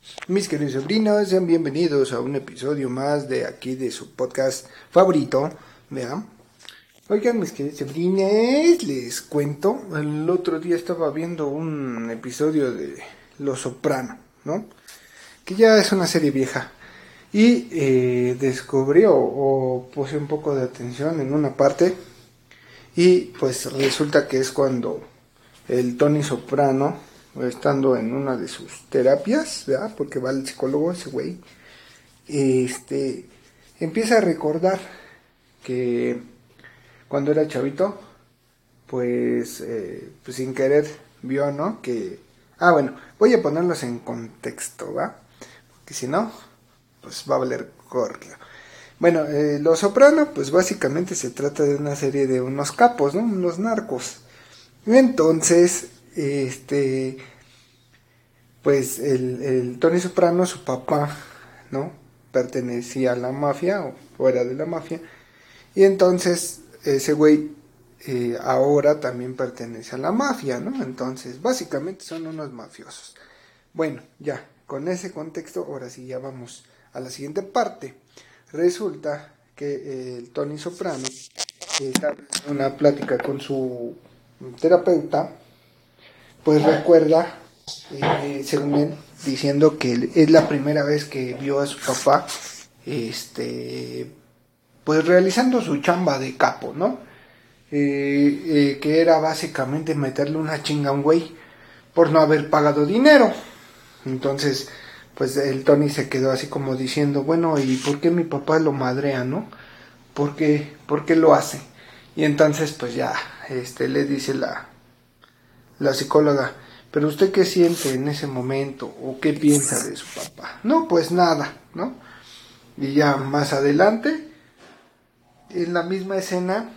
Mis queridos sobrinos, sean bienvenidos a un episodio más de aquí de su podcast favorito, ¿vean? Oigan, mis queridos sobrinos, les cuento, el otro día estaba viendo un episodio de Los Soprano, ¿no? Que ya es una serie vieja. Y descubrí o puse un poco de atención en una parte y pues resulta que es cuando el Tony Soprano, estando en una de sus terapias, ¿verdad? Porque va al psicólogo ese güey, empieza a recordar que cuando era chavito, pues sin querer vio, ¿no? Bueno, voy a ponerlos en contexto, ¿va? Porque si no, pues va a valer gorro. Bueno, Los Soprano, pues básicamente se trata de una serie de unos capos, ¿no? Unos narcos. Entonces, pues el Tony Soprano, su papá, ¿no? Pertenecía a la mafia o era de la mafia. Y entonces ese güey ahora también pertenece a la mafia, ¿no? Entonces, básicamente son unos mafiosos. Bueno, ya, con ese contexto, ahora sí ya vamos a la siguiente parte. Resulta que el Tony Soprano está en una plática con su terapeuta, pues recuerda, según él, diciendo que es la primera vez que vio a su papá, pues realizando su chamba de capo, ¿no? Que era básicamente meterle una chinga a un güey por no haber pagado dinero. Entonces, pues el Tony se quedó así como diciendo, bueno, ¿y por qué mi papá lo madrea, no? ¿Por qué lo hace? Y entonces, pues ya, le dice la psicóloga, pero usted qué siente en ese momento o qué piensa de su papá. No, pues nada, ¿no? Y ya más adelante, en la misma escena,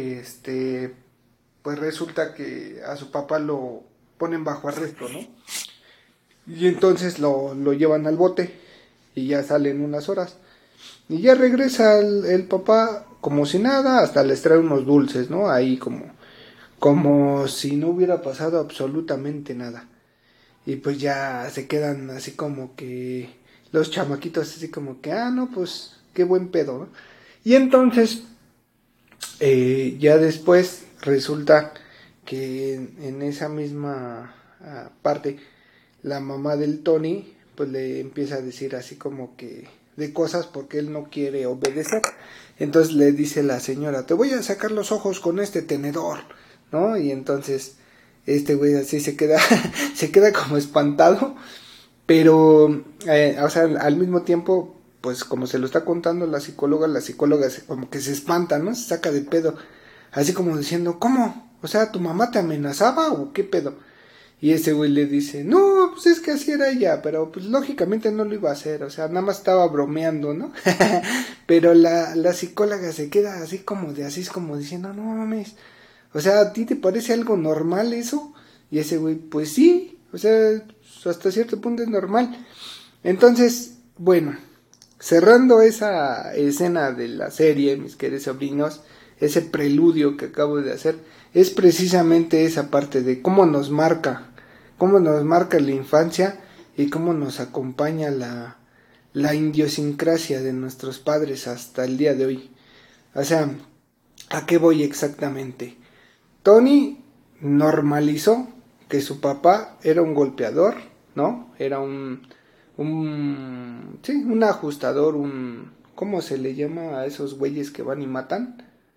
pues resulta que a su papá lo ponen bajo arresto, ¿no? Y entonces lo llevan al bote y ya salen unas horas. Y ya regresa el papá como si nada, hasta les trae unos dulces, ¿no? Ahí como si no hubiera pasado absolutamente nada. Y pues ya se quedan así como que los chamaquitos así como que, no, pues qué buen pedo, ¿no? Y entonces, ya después resulta que en esa misma parte, la mamá del Tony, pues le empieza a decir así como que de cosas porque él no quiere obedecer. Entonces le dice la señora, te voy a sacar los ojos con este tenedor, ¿no? Y entonces este güey así se queda, se queda como espantado, pero, o sea, al mismo tiempo, pues como se lo está contando la psicóloga como que se espanta, ¿no? Se saca de pedo, así como diciendo, ¿cómo? O sea, ¿tu mamá te amenazaba o qué pedo? Y ese güey le dice, no, pues es que así era ella, pero pues lógicamente no lo iba a hacer, o sea, nada más estaba bromeando, ¿no? Pero la psicóloga se queda así es como diciendo, no mames, o sea, ¿a ti te parece algo normal eso? Y ese güey, pues sí, o sea, hasta cierto punto es normal. Entonces, bueno, cerrando esa escena de la serie, mis queridos sobrinos, ese preludio que acabo de hacer, es precisamente esa parte de cómo nos marca la infancia y cómo nos acompaña la idiosincrasia de nuestros padres hasta el día de hoy. O sea, ¿a qué voy exactamente? Tony normalizó que su papá era un golpeador, ¿no? Era un ajustador, ¿cómo se le llama a esos güeyes que van y matan?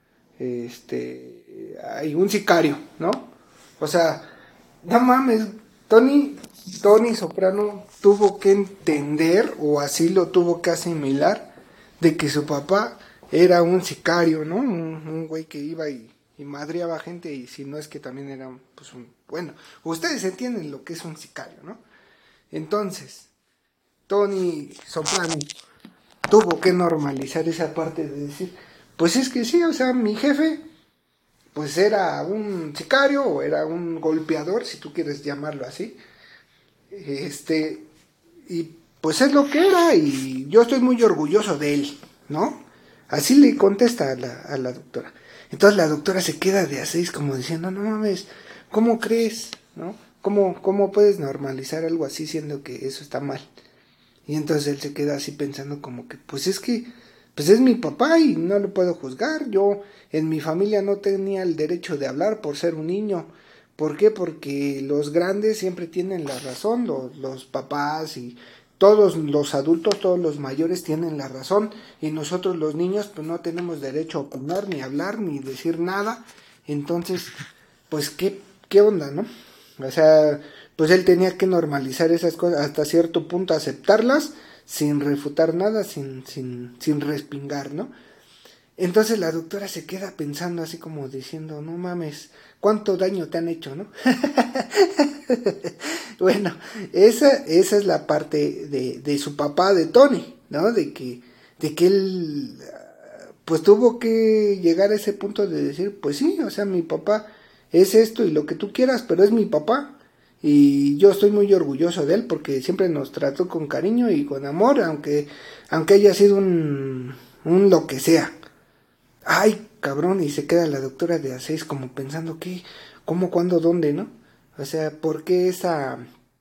Hay un sicario, ¿no? O sea, no mames, Tony Soprano tuvo que entender, o así lo tuvo que asimilar, de que su papá era un sicario, ¿no? Un güey que iba y madreaba gente, y si no es que también era, pues, bueno, ustedes entienden lo que es un sicario, ¿no? Entonces, Tony Soprano tuvo que normalizar esa parte de decir, pues es que sí, o sea, mi jefe pues era un sicario o era un golpeador, si tú quieres llamarlo así. Y pues es lo que era y yo estoy muy orgulloso de él, ¿no? Así le contesta a la doctora. Entonces la doctora se queda de a seis como diciendo, no mames, ¿cómo crees? ¿No? ¿Cómo puedes normalizar algo así siendo que eso está mal? Y entonces él se queda así pensando como que, pues es mi papá y no lo puedo juzgar. Yo en mi familia no tenía el derecho de hablar por ser un niño. ¿Por qué? Porque los grandes siempre tienen la razón, los papás y todos los adultos, todos los mayores tienen la razón y nosotros los niños pues no tenemos derecho a opinar, ni hablar, ni decir nada. Entonces, pues qué onda, ¿no? O sea, pues él tenía que normalizar esas cosas hasta cierto punto, aceptarlas sin refutar nada, sin respingar, ¿no? Entonces la doctora se queda pensando así como diciendo, no mames, ¿cuánto daño te han hecho, no? Bueno, esa es la parte de su papá, de Tony, ¿no? De que él, pues tuvo que llegar a ese punto de decir, pues sí, o sea, mi papá es esto y lo que tú quieras, pero es mi papá. Y yo estoy muy orgulloso de él porque siempre nos trató con cariño y con amor, aunque haya sido un lo que sea. Ay, cabrón, y se queda la doctora de A6 como pensando qué, cómo, cuándo, dónde, ¿no? O sea, ¿por qué esa...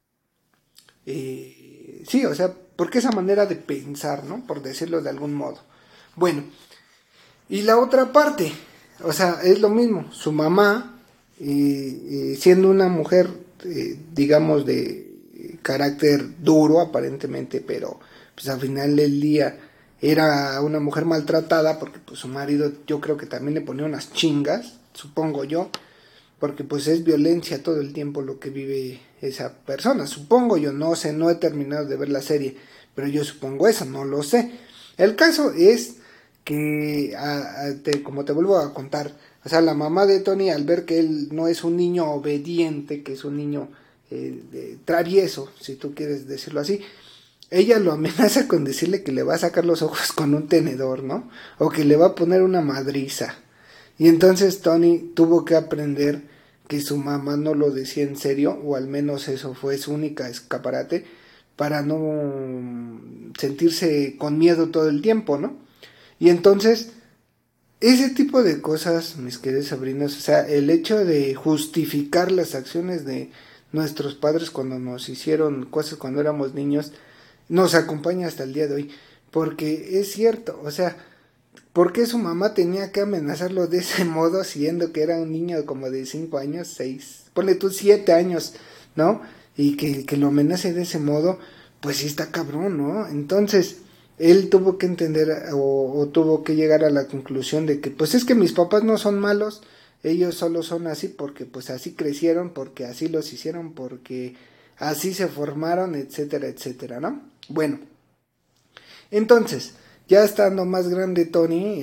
sí, o sea, ¿por qué esa manera de pensar, ¿no? Por decirlo de algún modo. Bueno, y la otra parte, o sea, es lo mismo, su mamá, siendo una mujer, digamos, de carácter duro aparentemente, pero pues al final del día era una mujer maltratada porque pues su marido yo creo que también le ponía unas chingas, supongo yo, porque pues es violencia todo el tiempo lo que vive esa persona, supongo yo, no sé, no he terminado de ver la serie, pero yo supongo eso, no lo sé. El caso es que, como te vuelvo a contar, o sea, la mamá de Tony al ver que él no es un niño obediente, que es un niño travieso, si tú quieres decirlo así, ella lo amenaza con decirle que le va a sacar los ojos con un tenedor, ¿no? O que le va a poner una madriza. Y entonces Tony tuvo que aprender que su mamá no lo decía en serio, o al menos eso fue su única escaparate, para no sentirse con miedo todo el tiempo, ¿no? Y entonces, ese tipo de cosas, mis queridos sobrinos, o sea, el hecho de justificar las acciones de nuestros padres cuando nos hicieron cosas cuando éramos niños, nos acompaña hasta el día de hoy. Porque es cierto, o sea, ¿por qué su mamá tenía que amenazarlo de ese modo, siendo que era un niño como de 5 años, 6, ponle tú 7 años, ¿no? Y que lo amenace de ese modo, pues sí está cabrón, ¿no? Entonces, él tuvo que entender o tuvo que llegar a la conclusión de que, pues es que mis papás no son malos, ellos solo son así porque pues así crecieron, porque así los hicieron, porque así se formaron, etcétera, etcétera, ¿no? Bueno, entonces, ya estando más grande Tony,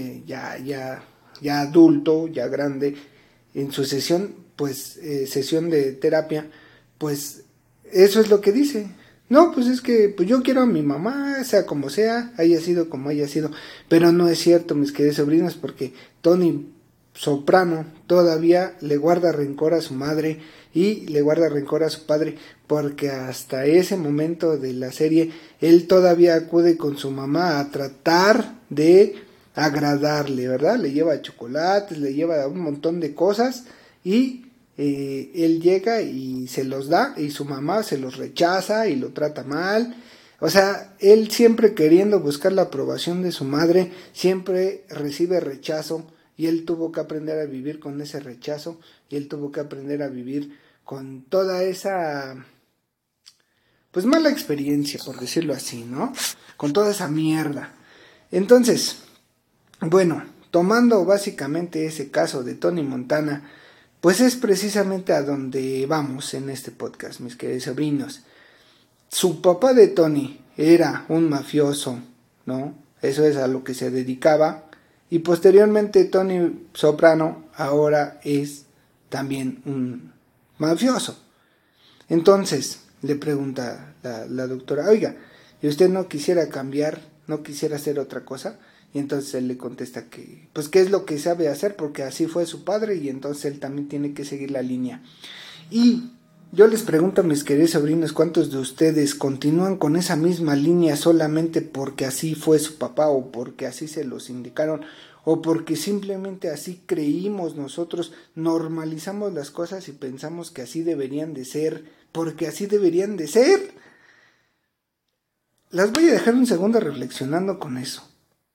ya adulto, ya grande, en su sesión, pues, sesión de terapia, pues, eso es lo que dice. No, pues es que pues yo quiero a mi mamá, sea, haya sido como haya sido. Pero no es cierto, mis queridos sobrinos, porque Tony Soprano todavía le guarda rencor a su madre y le guarda rencor a su padre, porque hasta ese momento de la serie él todavía acude con su mamá a tratar de agradarle, ¿verdad? Le lleva chocolates, le lleva un montón de cosas y él llega y se los da y su mamá se los rechaza y lo trata mal. O sea, él siempre queriendo buscar la aprobación de su madre, siempre recibe rechazo y él tuvo que aprender a vivir con ese rechazo y él tuvo que aprender a vivir con toda esa, pues mala experiencia, por decirlo así, ¿no? Con toda esa mierda. Entonces, bueno, tomando básicamente ese caso de Tony Montana, pues es precisamente a donde vamos en este podcast, mis queridos sobrinos. Su papá de Tony era un mafioso, ¿no? Eso es a lo que se dedicaba. Y posteriormente Tony Soprano ahora es también un mafioso. Entonces le pregunta la doctora, oiga, ¿y usted no quisiera cambiar, no quisiera hacer otra cosa? Y entonces él le contesta que, pues qué es lo que sabe hacer, porque así fue su padre y entonces él también tiene que seguir la línea. Y yo les pregunto a mis queridos sobrinos, ¿cuántos de ustedes continúan con esa misma línea solamente porque así fue su papá o porque así se los indicaron o porque simplemente así creímos nosotros, normalizamos las cosas y pensamos que así deberían de ser, porque así deberían de ser? las voy a dejar un segundo reflexionando con eso.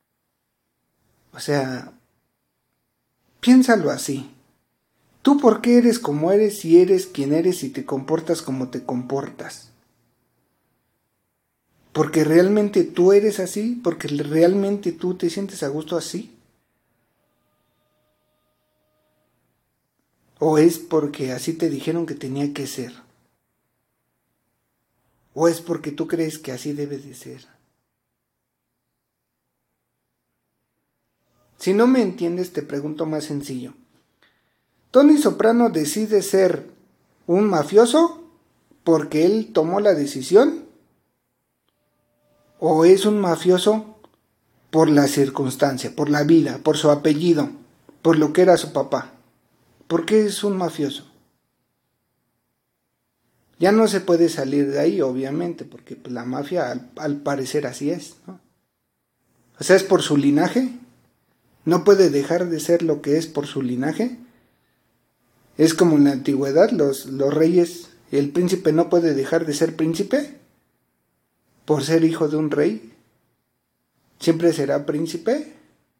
O sea, piénsalo así. ¿Tú por qué eres como eres y eres quien eres y te comportas como te comportas? ¿Porque realmente tú eres así? ¿Porque realmente tú te sientes a gusto así? ¿O es porque así te dijeron que tenía que ser? ¿O es porque tú crees que así debe de ser? Si no me entiendes, te pregunto más sencillo. ¿Tony Soprano decide ser un mafioso porque él tomó la decisión? ¿O es un mafioso por la circunstancia, por la vida, por su apellido, por lo que era su papá? ¿Por qué es un mafioso? Ya no se puede salir de ahí, obviamente, porque pues, la mafia al parecer así es, ¿no? O sea, es por su linaje. No puede dejar de ser lo que es por su linaje. Es como en la antigüedad, los reyes, el príncipe no puede dejar de ser príncipe por ser hijo de un rey. Siempre será príncipe.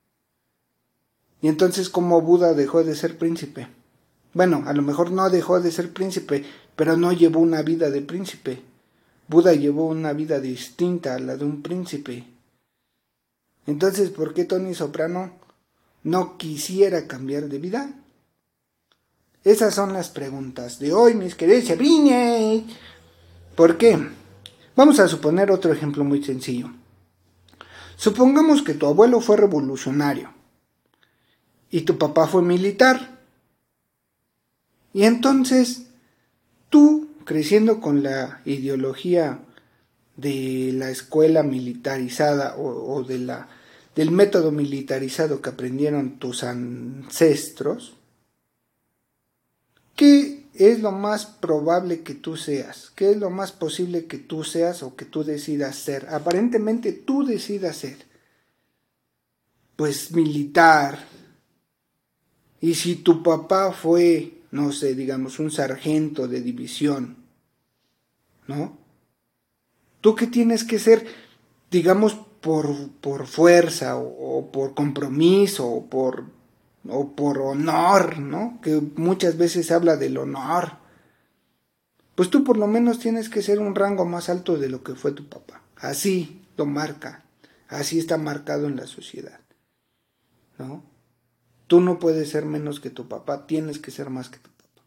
Y entonces, ¿cómo Buda dejó de ser príncipe? Bueno, a lo mejor no dejó de ser príncipe, pero no llevó una vida de príncipe. Buda llevó una vida distinta a la de un príncipe. Entonces, ¿por qué Tony Soprano no quisiera cambiar de vida? Esas son las preguntas de hoy, mis queridos chabrines. ¿Por qué? Vamos a suponer otro ejemplo muy sencillo. Supongamos que tu abuelo fue revolucionario y tu papá fue militar. Y entonces, tú, creciendo con la ideología de la escuela militarizada o del método militarizado que aprendieron tus ancestros, ¿qué es lo más probable que tú seas? ¿Qué es lo más posible que tú seas o que tú decidas ser? Aparentemente tú decidas ser. Pues militar. Y si tu papá fue, no sé, digamos, un sargento de división, ¿no? ¿Tú qué tienes que ser, digamos, por fuerza o por compromiso o por honor, ¿no? Que muchas veces se habla del honor. Pues tú por lo menos tienes que ser un rango más alto de lo que fue tu papá. Así lo marca, así está marcado en la sociedad, ¿no? Tú no puedes ser menos que tu papá, tienes que ser más que tu papá.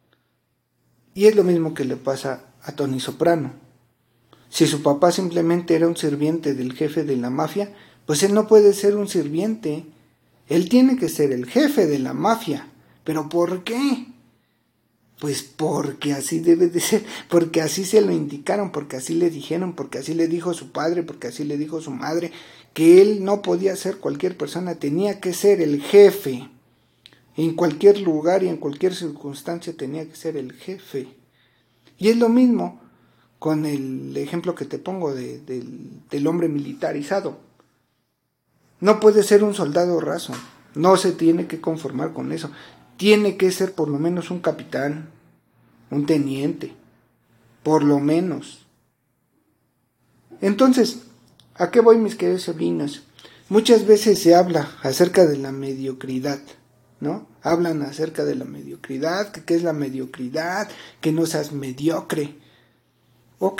Y es lo mismo que le pasa a Tony Soprano. Si su papá simplemente era un sirviente del jefe de la mafia, pues él no puede ser un sirviente. Él tiene que ser el jefe de la mafia. ¿Pero por qué? Pues porque así debe de ser, porque así se lo indicaron, porque así le dijeron, porque así le dijo su padre, porque así le dijo su madre, que él no podía ser cualquier persona, tenía que ser el jefe. En cualquier lugar y en cualquier circunstancia tenía que ser el jefe. Y es lo mismo con el ejemplo que te pongo del hombre militarizado. No puede ser un soldado raso, no se tiene que conformar con eso. Tiene que ser por lo menos un capitán, un teniente, por lo menos. Entonces, ¿a qué voy, mis queridos sobrinos? Muchas veces se habla acerca de la mediocridad, ¿no? Hablan acerca de la mediocridad, que qué es la mediocridad, que no seas mediocre. Ok,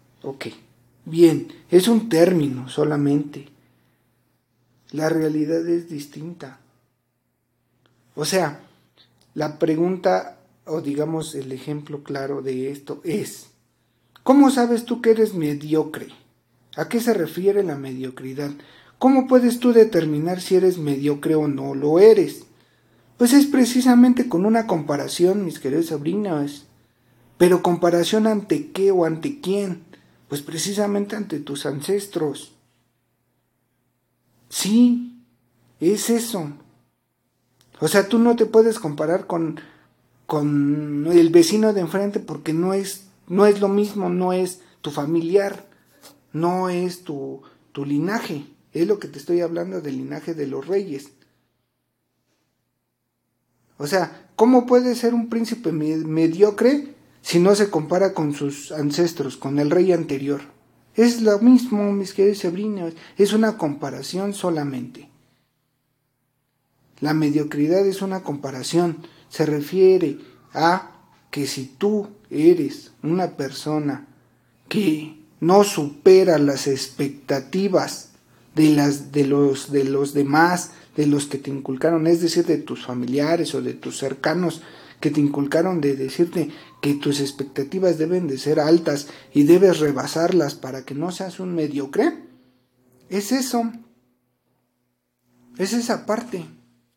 bien, es un término solamente. La realidad es distinta. O sea, la pregunta, o digamos el ejemplo claro de esto es, ¿cómo sabes tú que eres mediocre? ¿A qué se refiere la mediocridad? ¿Cómo puedes tú determinar si eres mediocre o no lo eres? Pues es precisamente con una comparación, mis queridos sobrinos. ¿Pero comparación ante qué o ante quién? Pues precisamente ante tus ancestros. Sí, es eso. O sea, tú no te puedes comparar con el vecino de enfrente porque no es lo mismo, no es tu familiar, no es tu linaje. Es lo que te estoy hablando del linaje de los reyes. O sea, ¿cómo puede ser un príncipe mediocre si no se compara con sus ancestros, con el rey anterior? Es lo mismo, mis queridos sobrinos, es una comparación solamente. La mediocridad es una comparación, se refiere a que si tú eres una persona que no supera las expectativas de los demás, de los que te inculcaron, es decir, de tus familiares o de tus cercanos que te inculcaron, de decirte que tus expectativas deben de ser altas y debes rebasarlas para que no seas un mediocre, es eso, es esa parte.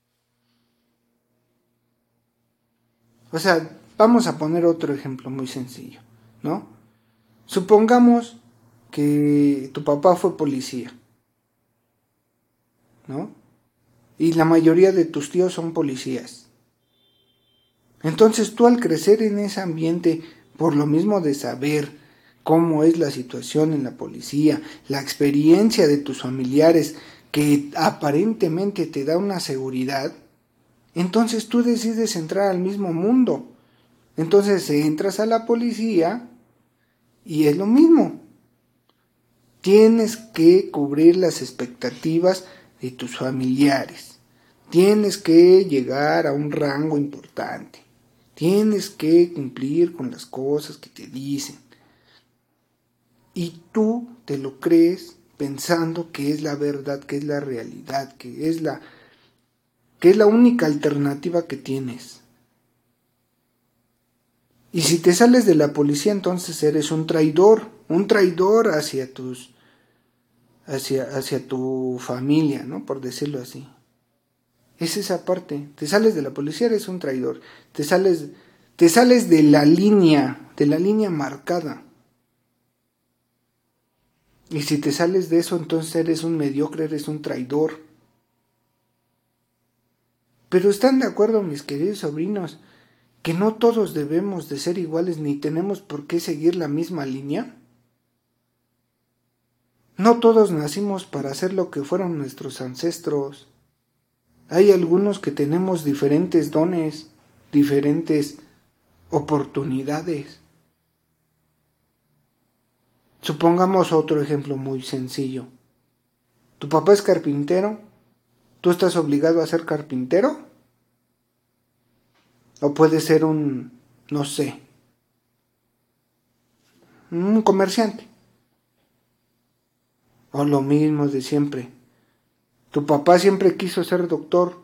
O sea, vamos a poner otro ejemplo muy sencillo, ¿no? Supongamos que tu papá fue policía, ¿no? Y la mayoría de tus tíos son policías. Entonces tú al crecer en ese ambiente, por lo mismo de saber cómo es la situación en la policía, la experiencia de tus familiares que aparentemente te da una seguridad, entonces tú decides entrar al mismo mundo. Entonces entras a la policía y es lo mismo. Tienes que cubrir las expectativas de tus familiares. Tienes que llegar a un rango importante. Tienes que cumplir con las cosas que te dicen. Y tú te lo crees pensando que es la verdad, que es la realidad, que es la única alternativa que tienes. Y si te sales de la policía, entonces eres un traidor hacia tu familia, ¿no? Por decirlo así. Es esa parte. Te sales de la policía, eres un traidor. Te sales de la línea marcada. Y si te sales de eso, entonces eres un mediocre, eres un traidor. Pero ¿están de acuerdo, mis queridos sobrinos, que no todos debemos de ser iguales ni tenemos por qué seguir la misma línea? No todos nacimos para hacer lo que fueron nuestros ancestros. Hay algunos que tenemos diferentes dones, diferentes oportunidades. Supongamos otro ejemplo muy sencillo. Tu papá es carpintero, ¿tú estás obligado a ser carpintero? O puede ser un comerciante. O lo mismo de siempre. Tu papá siempre quiso ser doctor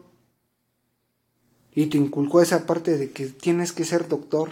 y te inculcó esa parte de que tienes que ser doctor.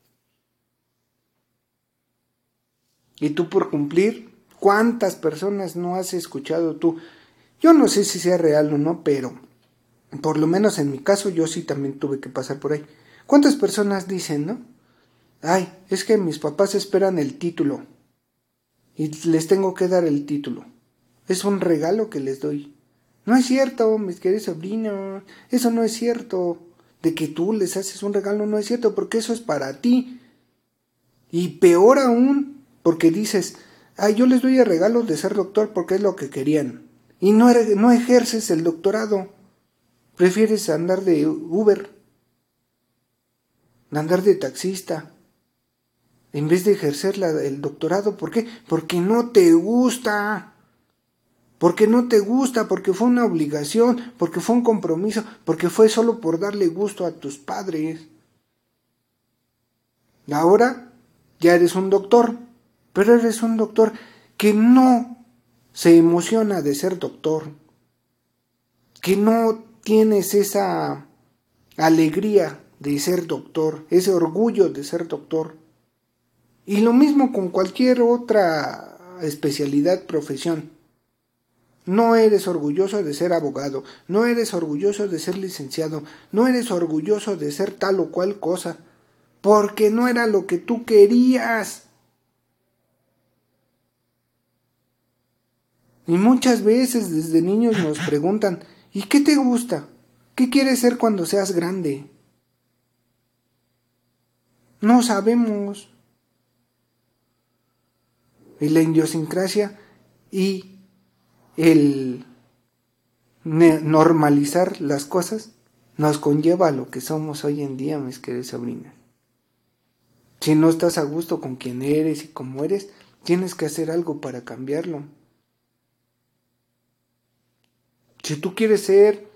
Y tú por cumplir, ¿cuántas personas no has escuchado tú? Yo no sé si sea real o no, pero por lo menos en mi caso yo sí también tuve que pasar por ahí. ¿Cuántas personas dicen, no? Ay, es que mis papás esperan el título y les tengo que dar el título. Es un regalo que les doy. No es cierto, mis queridos sobrinos, eso no es cierto. De que tú les haces un regalo no es cierto, porque eso es para ti. Y peor aún, porque dices, ay, yo les doy el regalo de ser doctor porque es lo que querían. Y no ejerces el doctorado. Prefieres andar de Uber, andar de taxista, en vez de ejercer el doctorado. ¿Por qué? Porque no te gusta. Porque no te gusta, porque fue una obligación, porque fue un compromiso, porque fue solo por darle gusto a tus padres. Ahora ya eres un doctor, pero eres un doctor que no se emociona de ser doctor, que no tienes esa alegría de ser doctor, ese orgullo de ser doctor. Y lo mismo con cualquier otra especialidad, profesión. No eres orgulloso de ser abogado, no eres orgulloso de ser licenciado, no eres orgulloso de ser tal o cual cosa, porque no era lo que tú querías. Y muchas veces desde niños nos preguntan, ¿y qué te gusta? ¿Qué quieres ser cuando seas grande? No sabemos. Y la idiosincrasia y el normalizar las cosas nos conlleva a lo que somos hoy en día, mis queridos sobrinos. Si no estás a gusto con quien eres y cómo eres, Tienes que hacer algo para cambiarlo. Si tú quieres ser,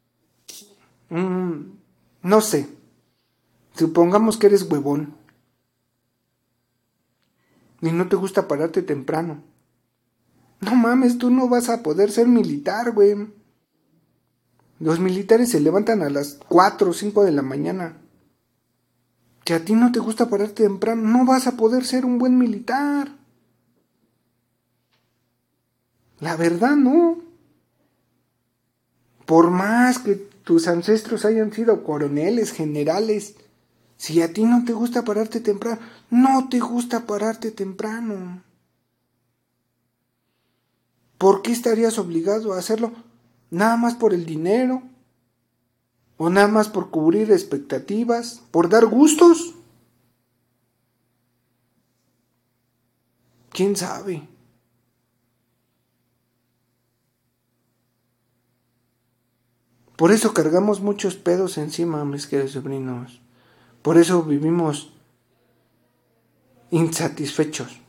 no sé, supongamos que eres huevón y no te gusta pararte temprano. No mames, tú no vas a poder ser militar, güey. Los militares se levantan a las 4 o 5 de la mañana. Si a ti no te gusta pararte temprano, no vas a poder ser un buen militar. La verdad, no. Por más que tus ancestros hayan sido coroneles, generales, si a ti no te gusta pararte temprano, no te gusta pararte temprano. ¿Por qué estarías obligado a hacerlo? ¿Nada más por el dinero? ¿O nada más por cubrir expectativas? ¿Por dar gustos? ¿Quién sabe? Por eso cargamos muchos pedos encima, mis queridos sobrinos. Por eso vivimos insatisfechos.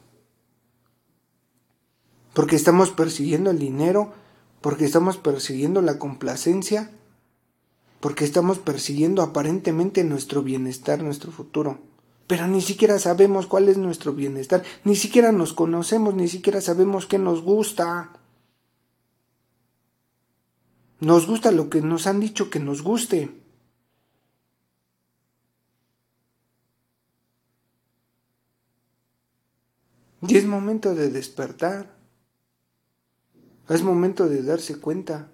Porque estamos persiguiendo el dinero, porque estamos persiguiendo la complacencia, porque estamos persiguiendo aparentemente nuestro bienestar, nuestro futuro. Pero ni siquiera sabemos cuál es nuestro bienestar, ni siquiera nos conocemos, ni siquiera sabemos qué nos gusta. Nos gusta lo que nos han dicho que nos guste. Y es momento de despertar. Es momento de darse cuenta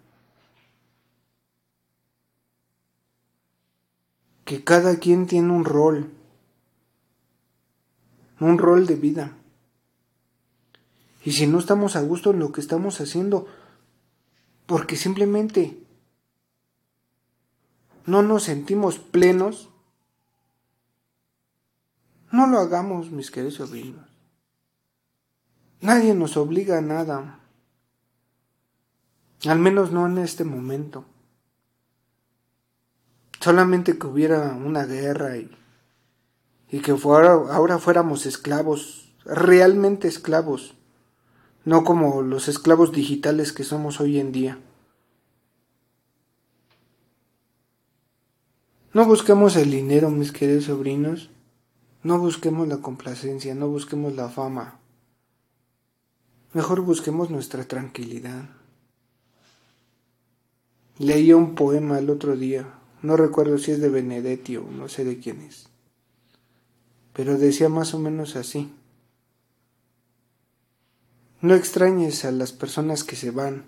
que cada quien tiene un rol de vida. Y si no estamos a gusto en lo que estamos haciendo, porque simplemente no nos sentimos plenos, no lo hagamos, mis queridos sobrinos. Nadie nos obliga a nada, al menos no en este momento. Solamente que hubiera una guerra y que ahora fuéramos esclavos, realmente esclavos, no como los esclavos digitales que somos hoy en día. No busquemos el dinero, mis queridos sobrinos, no busquemos la complacencia, no busquemos la fama. Mejor busquemos nuestra tranquilidad. Leí un poema el otro día, no recuerdo si es de Benedetti o no sé de quién es, pero decía más o menos así: no extrañes a las personas que se van.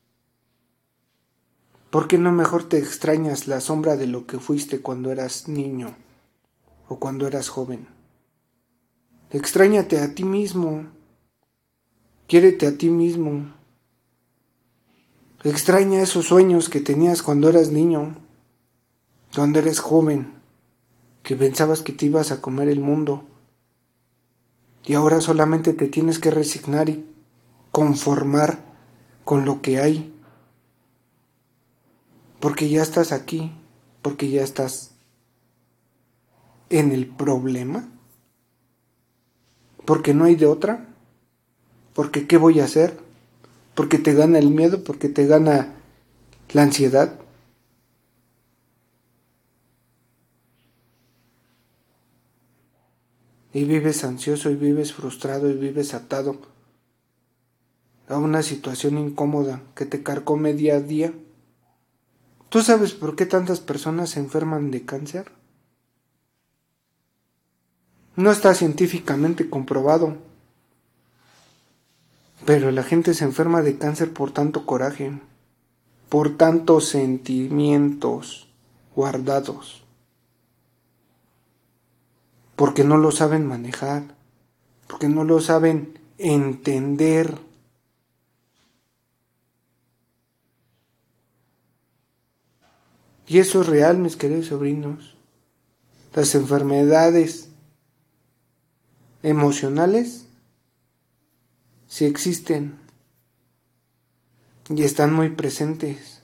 ¿Por qué no mejor te extrañas la sombra de lo que fuiste cuando eras niño o cuando eras joven? Extrañate a ti mismo, quiérete a ti mismo. Extraña esos sueños que tenías cuando eras niño, cuando eres joven, que pensabas que te ibas a comer el mundo y ahora solamente te tienes que resignar y conformar con lo que hay, porque ya estás aquí, porque ya estás en el problema, porque no hay de otra, porque ¿qué voy a hacer? Porque te gana el miedo, porque te gana la ansiedad. Y vives ansioso, y vives frustrado, y vives atado a una situación incómoda que te carcome día a día. ¿Tú sabes por qué tantas personas se enferman de cáncer? No está científicamente comprobado, pero la gente se enferma de cáncer por tanto coraje, por tantos sentimientos guardados, porque no lo saben manejar, porque no lo saben entender. Y eso es real, mis queridos sobrinos. Las enfermedades emocionales sí existen y están muy presentes.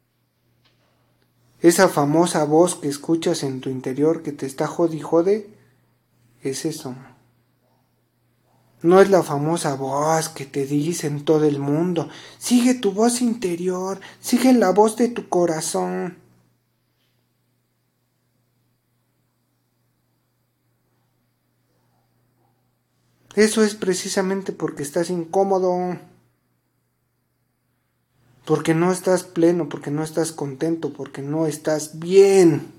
Esa famosa voz que escuchas en tu interior que te está jode y jode, es eso. No es la famosa voz que te dice en todo el mundo. Sigue tu voz interior, sigue la voz de tu corazón. Eso es precisamente porque estás incómodo, porque no estás pleno, porque no estás contento, porque no estás bien.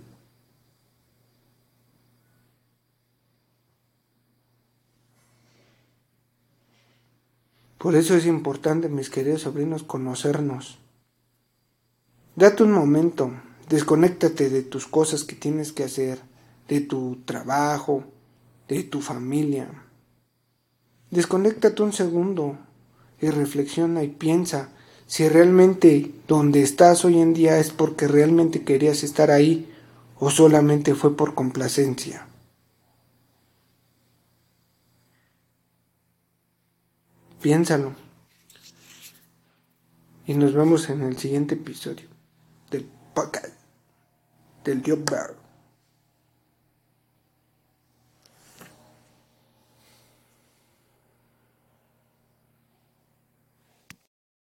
Por eso es importante, mis queridos sobrinos, conocernos. Date un momento, desconéctate de tus cosas que tienes que hacer, de tu trabajo, de tu familia. Desconéctate un segundo y reflexiona y piensa si realmente donde estás hoy en día es porque realmente querías estar ahí o solamente fue por complacencia. Piénsalo y nos vemos en el siguiente episodio del podcast del Tío Bear.